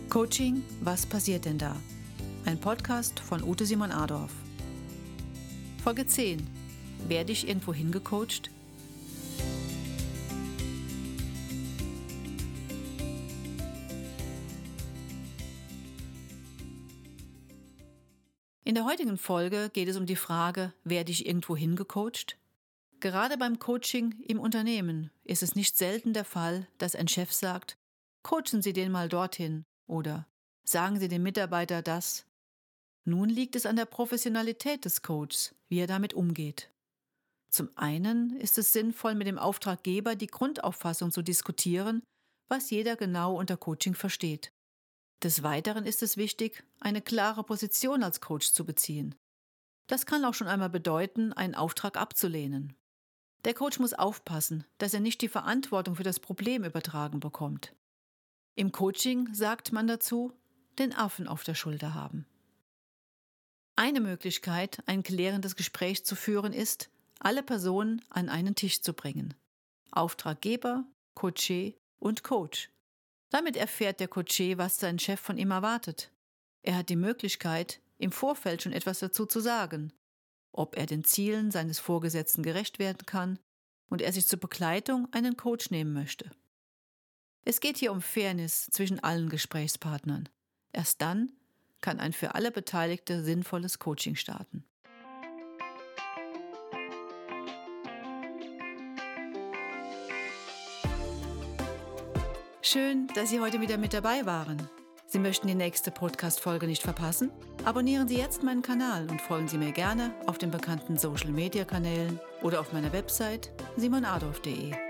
Coaching, was passiert denn da? Ein Podcast von Ute Simon Adorf. Folge 10. Werde ich irgendwo hingecoacht? In der heutigen Folge geht es um die Frage, werde ich irgendwo hingecoacht? Gerade beim Coaching im Unternehmen ist es nicht selten der Fall, dass ein Chef sagt, coachen Sie den mal dorthin oder sagen Sie dem Mitarbeiter das. Nun liegt es an der Professionalität des Coaches, wie er damit umgeht. Zum einen ist es sinnvoll, mit dem Auftraggeber die Grundauffassung zu diskutieren, was jeder genau unter Coaching versteht. Des Weiteren ist es wichtig, eine klare Position als Coach zu beziehen. Das kann auch schon einmal bedeuten, einen Auftrag abzulehnen. Der Coach muss aufpassen, dass er nicht die Verantwortung für das Problem übertragen bekommt. Im Coaching sagt man dazu, den Affen auf der Schulter haben. Eine Möglichkeit, ein klärendes Gespräch zu führen, ist, alle Personen an einen Tisch zu bringen. Auftraggeber, Coachee und Coach. Damit erfährt der Coachee, was sein Chef von ihm erwartet. Er hat die Möglichkeit, im Vorfeld schon etwas dazu zu sagen, ob er den Zielen seines Vorgesetzten gerecht werden kann und er sich zur Begleitung einen Coach nehmen möchte. Es geht hier um Fairness zwischen allen Gesprächspartnern. Erst dann kann ein für alle Beteiligte sinnvolles Coaching starten. Schön, dass Sie heute wieder mit dabei waren. Sie möchten die nächste Podcast-Folge nicht verpassen? Abonnieren Sie jetzt meinen Kanal und folgen Sie mir gerne auf den bekannten Social-Media-Kanälen oder auf meiner Website simonadorf.de.